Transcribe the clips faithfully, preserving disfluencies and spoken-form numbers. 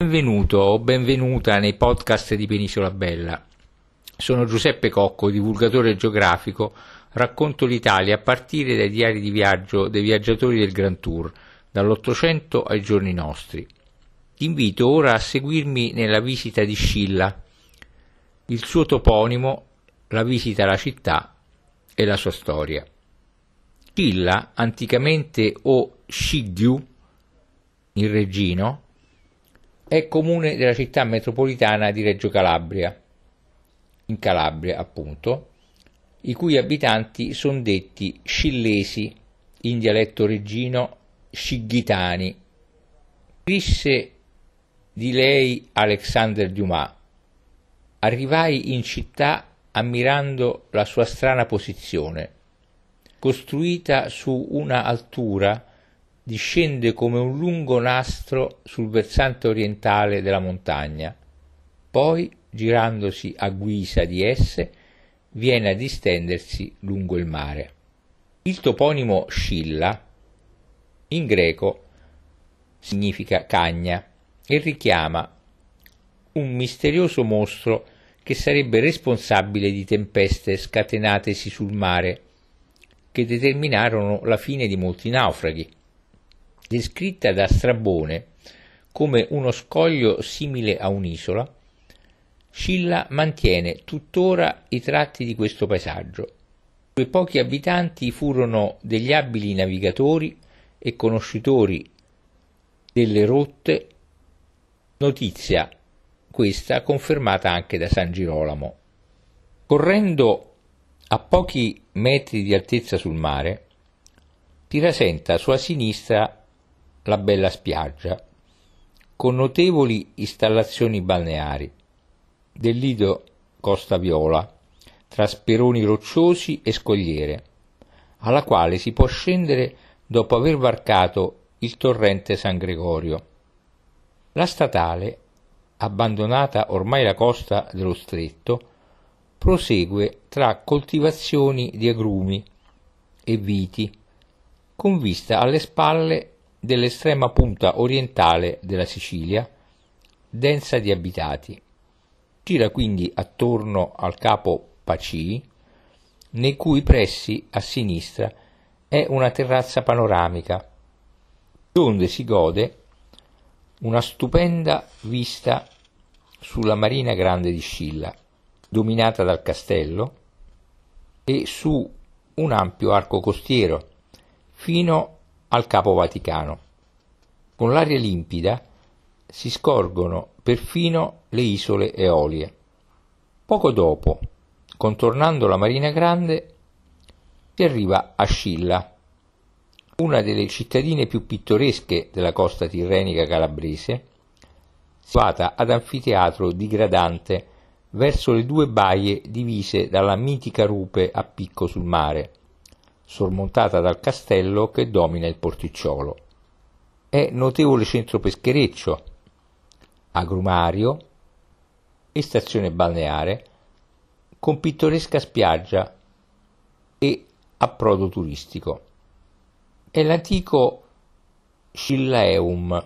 Benvenuto o benvenuta nei podcast di Penisola Bella. Sono Giuseppe Cocco, divulgatore geografico, racconto l'Italia a partire dai diari di viaggio dei viaggiatori del Grand Tour, dall'Ottocento ai giorni nostri. Ti invito ora a seguirmi nella visita di Scilla, il suo toponimo, la visita alla città e la sua storia. Scilla, anticamente o Scighiu, in Reggino, è comune della città metropolitana di Reggio Calabria, in Calabria appunto, i cui abitanti sono detti scillesi, in dialetto reggino scighitani. Scrisse di lei Alexandre Dumas: arrivai in città ammirando la sua strana posizione, costruita su una altura discende come un lungo nastro sul versante orientale della montagna, poi, girandosi a guisa di esse, viene a distendersi lungo il mare. Il toponimo Scilla, in greco, significa cagna e richiama un misterioso mostro che sarebbe responsabile di tempeste scatenatesi sul mare, che determinarono la fine di molti naufraghi. Descritta da Strabone come uno scoglio simile a un'isola, Scilla mantiene tuttora i tratti di questo paesaggio. I suoi pochi abitanti furono degli abili navigatori e conoscitori delle rotte, notizia questa confermata anche da San Girolamo. Correndo a pochi metri di altezza sul mare, si rasenta a sua sinistra la bella spiaggia, con notevoli installazioni balneari, del lido Costa Viola, tra speroni rocciosi e scogliere, alla quale si può scendere dopo aver varcato il torrente San Gregorio. La statale, abbandonata ormai la costa dello stretto, prosegue tra coltivazioni di agrumi e viti, con vista alle spalle dell'estrema punta orientale della Sicilia, densa di abitati. Gira quindi attorno al capo Pacii, nei cui pressi a sinistra è una terrazza panoramica, donde si gode una stupenda vista sulla Marina Grande di Scilla, dominata dal castello, e su un ampio arco costiero fino al Capo Vaticano. Con l'aria limpida si scorgono perfino le isole Eolie. Poco dopo, contornando la Marina Grande, si arriva a Scilla, una delle cittadine più pittoresche della costa tirrenica calabrese, situata ad anfiteatro digradante verso le due baie divise dalla mitica rupe a picco sul mare, sormontata dal castello che domina il porticciolo. È notevole centro peschereccio, agrumario e stazione balneare, con pittoresca spiaggia e approdo turistico. È l'antico Scillaeum,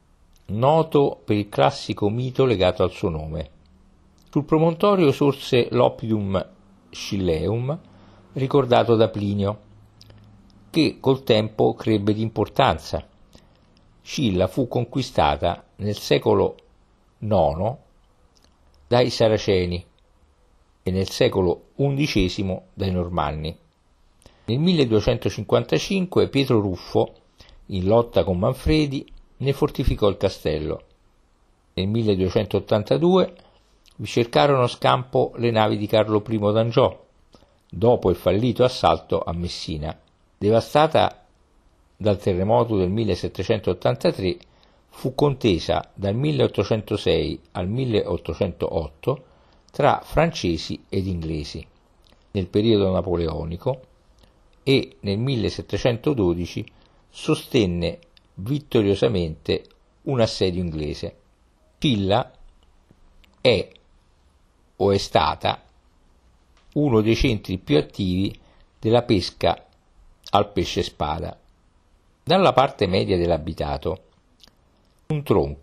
noto per il classico mito legato al suo nome. Sul promontorio sorse l'Oppidum Scilleum, ricordato da Plinio, che col tempo crebbe di importanza. Scilla fu conquistata nel secolo nono dai Saraceni e nel secolo undicesimo dai Normanni. Nel milleduecentocinquantacinque Pietro Ruffo, in lotta con Manfredi, ne fortificò il castello. Nel milleduecentottantadue vi cercarono scampo le navi di Carlo primo d'Angiò, dopo il fallito assalto a Messina. Devastata dal terremoto del millesettecentottantatré, fu contesa dal milleottocentosei al milleottocentootto tra francesi ed inglesi, nel periodo napoleonico, e nel millesettecentododici sostenne vittoriosamente un assedio inglese. Scilla è o è stata uno dei centri più attivi della pesca al pesce spada. Dalla parte media dell'abitato, un tronco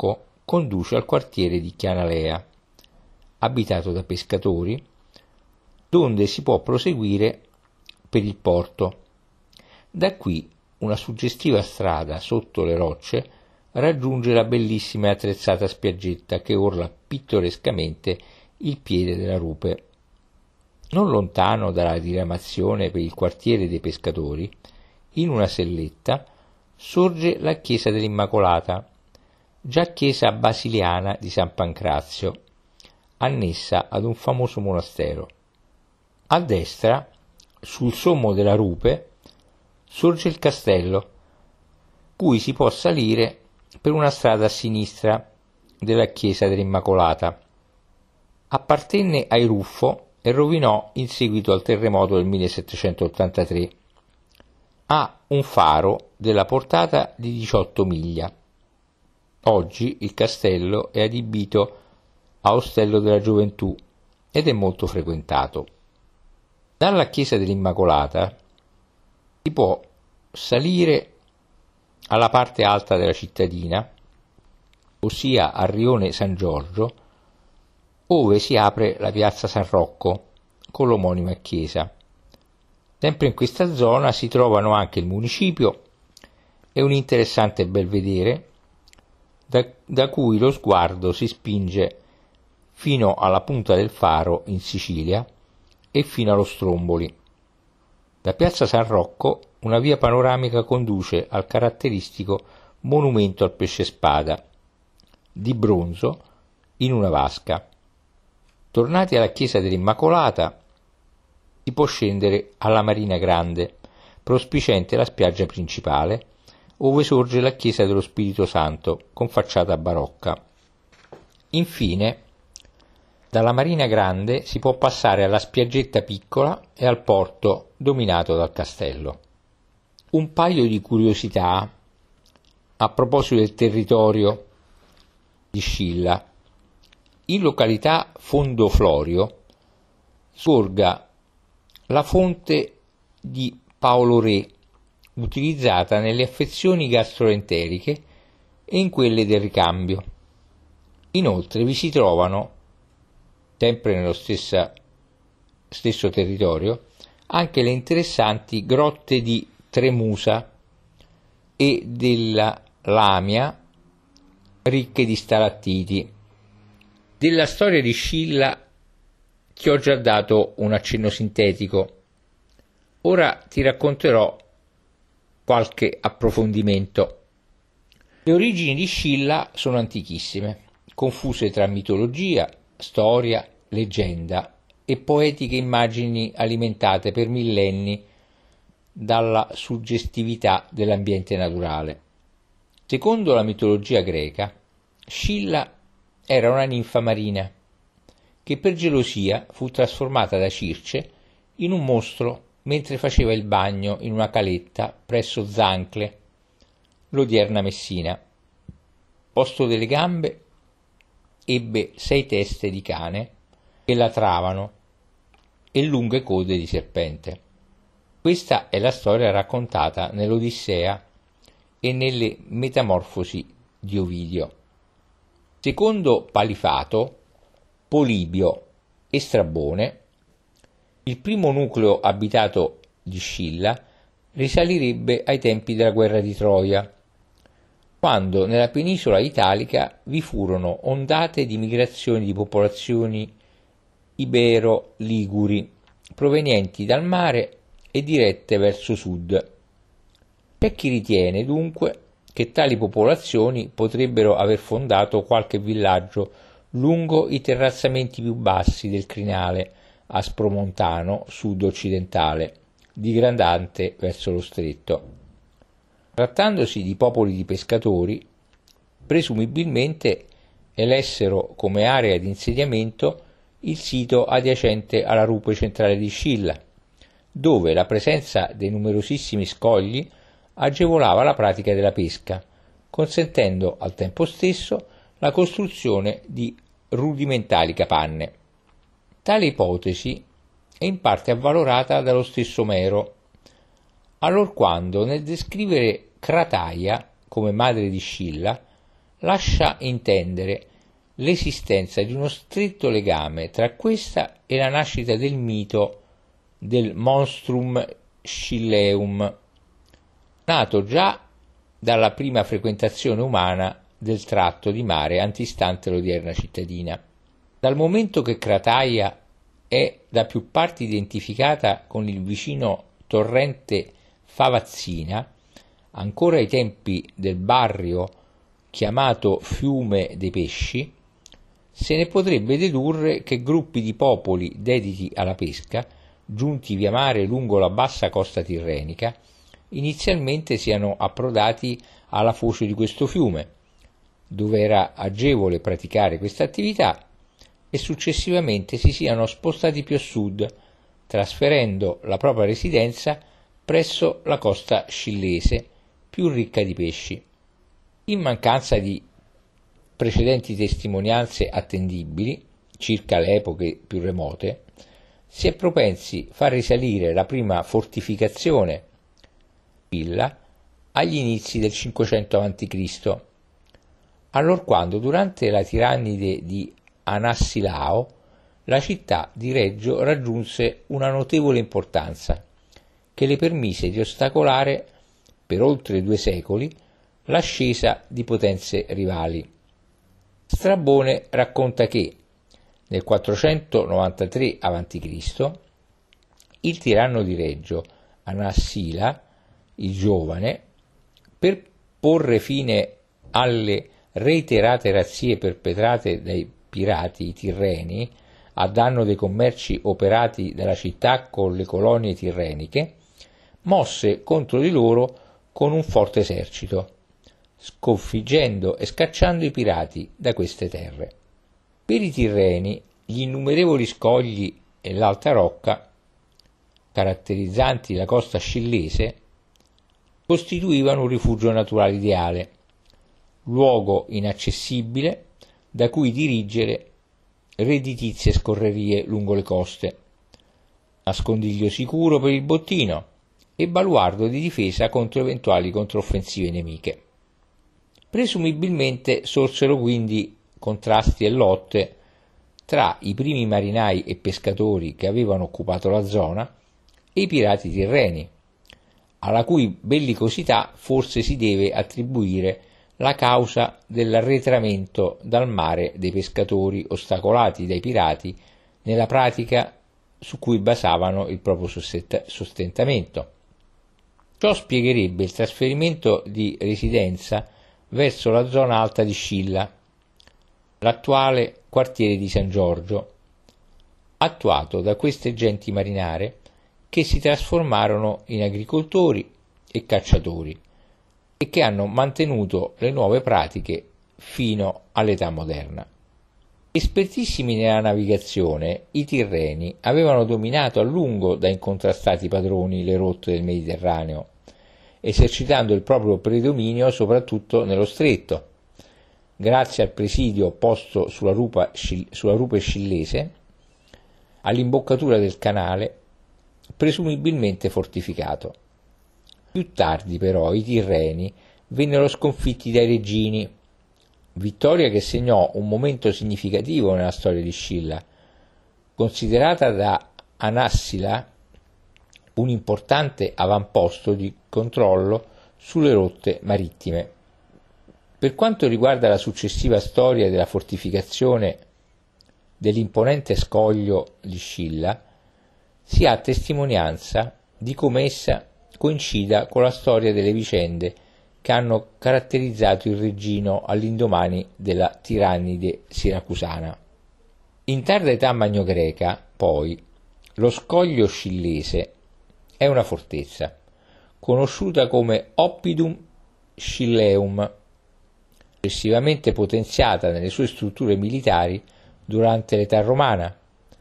conduce al quartiere di Chianalea, abitato da pescatori, donde si può proseguire per il porto. Da qui una suggestiva strada sotto le rocce raggiunge la bellissima e attrezzata spiaggetta che orla pittorescamente il piede della rupe. Non lontano dalla diramazione per il quartiere dei pescatori, in una selletta, sorge la chiesa dell'Immacolata, già chiesa basiliana di San Pancrazio, annessa ad un famoso monastero. A destra, sul sommo della rupe, sorge il castello, cui si può salire per una strada a sinistra della chiesa dell'Immacolata. Appartenne ai Ruffo e rovinò in seguito al terremoto del millesettecentottantatré. Ha un faro della portata di diciotto miglia. Oggi il castello è adibito a ostello della gioventù ed è molto frequentato. Dalla chiesa dell'Immacolata si può salire alla parte alta della cittadina, ossia al rione San Giorgio, ove si apre la piazza San Rocco con l'omonima chiesa. Sempre in questa zona si trovano anche il municipio e un interessante belvedere da, da cui lo sguardo si spinge fino alla punta del Faro in Sicilia e fino allo Stromboli. Da piazza San Rocco una via panoramica conduce al caratteristico monumento al pesce spada, di bronzo, in una vasca. Tornati alla chiesa dell'Immacolata, si può scendere alla Marina Grande, prospiciente la spiaggia principale, ove sorge la chiesa dello Spirito Santo, con facciata barocca. Infine, dalla Marina Grande si può passare alla spiaggetta piccola e al porto dominato dal castello. Un paio di curiosità a proposito del territorio di Scilla. In località Fondo Florio sorga la fonte di Paolo Re, utilizzata nelle affezioni gastroenteriche e in quelle del ricambio. Inoltre vi si trovano, sempre nello stessa, stesso territorio, anche le interessanti grotte di Tremusa e della Lamia, ricche di stalattiti. Della storia di Scilla ti ho già dato un accenno sintetico. Ora ti racconterò qualche approfondimento. Le origini di Scilla sono antichissime, confuse tra mitologia, storia, leggenda e poetiche immagini alimentate per millenni dalla suggestività dell'ambiente naturale. Secondo la mitologia greca, Scilla era una ninfa marina che per gelosia fu trasformata da Circe in un mostro mentre faceva il bagno in una caletta presso Zancle, l'odierna Messina. Posto delle gambe ebbe sei teste di cane che latravano e lunghe code di serpente. Questa è la storia raccontata nell'Odissea e nelle Metamorfosi di Ovidio. Secondo Palifato, Polibio e Strabone, il primo nucleo abitato di Scilla risalirebbe ai tempi della guerra di Troia, quando nella penisola italica vi furono ondate di migrazioni di popolazioni ibero-liguri provenienti dal mare e dirette verso sud. C'è chi ritiene dunque che tali popolazioni potrebbero aver fondato qualche villaggio lungo i terrazzamenti più bassi del crinale aspromontano sud-occidentale, digradante verso lo stretto. Trattandosi di popoli di pescatori, presumibilmente elessero come area di insediamento il sito adiacente alla rupe centrale di Scilla, dove la presenza dei numerosissimi scogli agevolava la pratica della pesca, consentendo al tempo stesso la costruzione di rudimentali capanne. Tale ipotesi è in parte avvalorata dallo stesso Omero, allorquando nel descrivere Crataia come madre di Scilla lascia intendere l'esistenza di uno stretto legame tra questa e la nascita del mito del monstrum Scilleum, nato già dalla prima frequentazione umana del tratto di mare antistante l'odierna cittadina. Dal momento che Crataia è da più parti identificata con il vicino torrente Favazzina, ancora ai tempi del barrio chiamato Fiume dei Pesci, se ne potrebbe dedurre che gruppi di popoli dediti alla pesca, giunti via mare lungo la bassa costa tirrenica, inizialmente siano approdati alla foce di questo fiume, dove era agevole praticare questa attività, e successivamente si siano spostati più a sud, trasferendo la propria residenza presso la costa scillese, più ricca di pesci. In mancanza di precedenti testimonianze attendibili circa le epoche più remote, si è propensi a far risalire la prima fortificazione Scilla agli inizi del cinquecento avanti Cristo, allorquando durante la tirannide di Anassilao la città di Reggio raggiunse una notevole importanza che le permise di ostacolare per oltre due secoli l'ascesa di potenze rivali. Strabone racconta che nel quattrocentonovantatré avanti Cristo il tiranno di Reggio, Anassila il giovane, per porre fine alle reiterate razzie perpetrate dai pirati tirreni a danno dei commerci operati dalla città con le colonie tirreniche, mosse contro di loro con un forte esercito, sconfiggendo e scacciando i pirati da queste terre. Per i tirreni gli innumerevoli scogli e l'alta rocca, caratterizzanti la costa scillese, costituivano un rifugio naturale ideale, luogo inaccessibile da cui dirigere redditizie scorrerie lungo le coste, nascondiglio sicuro per il bottino e baluardo di difesa contro eventuali controffensive nemiche. Presumibilmente sorsero quindi contrasti e lotte tra i primi marinai e pescatori che avevano occupato la zona e i pirati tirreni, alla cui bellicosità forse si deve attribuire la causa dell'arretramento dal mare dei pescatori ostacolati dai pirati nella pratica su cui basavano il proprio sostentamento. Ciò spiegherebbe il trasferimento di residenza verso la zona alta di Scilla, l'attuale quartiere di San Giorgio, attuato da queste genti marinare che si trasformarono in agricoltori e cacciatori e che hanno mantenuto le nuove pratiche fino all'età moderna. Espertissimi nella navigazione, i tirreni avevano dominato a lungo da incontrastati padroni le rotte del Mediterraneo, esercitando il proprio predominio soprattutto nello stretto, grazie al presidio posto sulla, rupa, sulla rupe scillese, all'imboccatura del canale, presumibilmente fortificato. Più tardi però i tirreni vennero sconfitti dai Reggini, vittoria che segnò un momento significativo nella storia di Scilla, considerata da Anassila un importante avamposto di controllo sulle rotte marittime. Per quanto riguarda la successiva storia della fortificazione dell'imponente scoglio di Scilla, si ha testimonianza di come essa coincida con la storia delle vicende che hanno caratterizzato il Reggino all'indomani della tirannide siracusana. In tarda età magnogreca, poi, lo scoglio scillese è una fortezza, conosciuta come Oppidum Scilleum, successivamente potenziata nelle sue strutture militari durante l'età romana,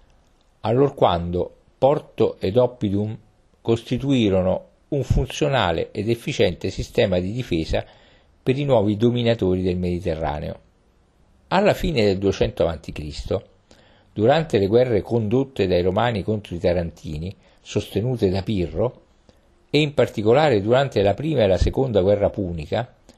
allorquando Porto ed Oppidum costituirono un funzionale ed efficiente sistema di difesa per i nuovi dominatori del Mediterraneo. Alla fine del duecento avanti Cristo, durante le guerre condotte dai Romani contro i Tarantini, sostenute da Pirro, e in particolare durante la prima e la seconda guerra punica,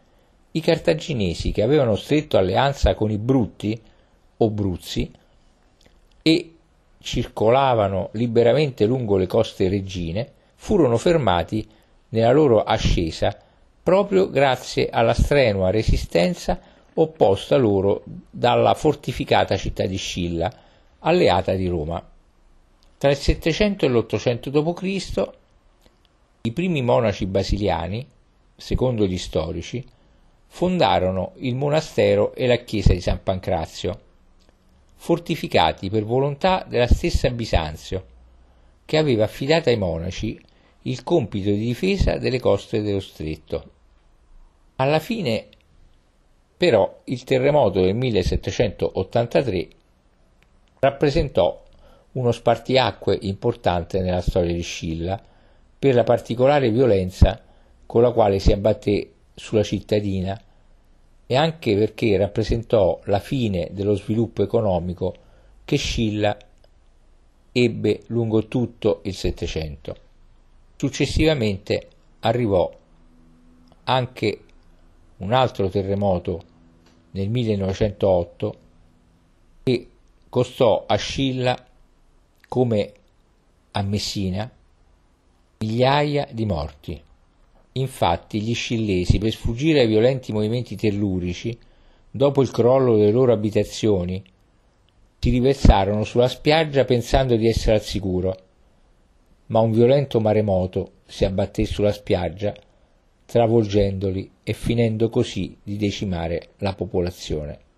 I cartaginesi, che avevano stretto alleanza con i Brutti o Bruzzi e circolavano liberamente lungo le coste reggine, furono fermati nella loro ascesa proprio grazie alla strenua resistenza opposta loro dalla fortificata città di Scilla, alleata di Roma. Tra il settecento e l'ottocento dopo Cristo i primi monaci basiliani, secondo gli storici, fondarono il monastero e la chiesa di San Pancrazio, fortificati per volontà della stessa Bisanzio, che aveva affidato ai monaci il compito di difesa delle coste dello stretto. Alla fine, però, il terremoto del millesettecentottantatré rappresentò uno spartiacque importante nella storia di Scilla per la particolare violenza con la quale si abbatté sulla cittadina e anche perché rappresentò la fine dello sviluppo economico che Scilla ebbe lungo tutto il Settecento. Successivamente arrivò anche un altro terremoto nel millenovecentootto che costò a Scilla, come a Messina, migliaia di morti. Infatti gli scillesi, per sfuggire ai violenti movimenti tellurici, dopo il crollo delle loro abitazioni, si riversarono sulla spiaggia pensando di essere al sicuro, ma un violento maremoto si abbatté sulla spiaggia, travolgendoli e finendo così di decimare la popolazione.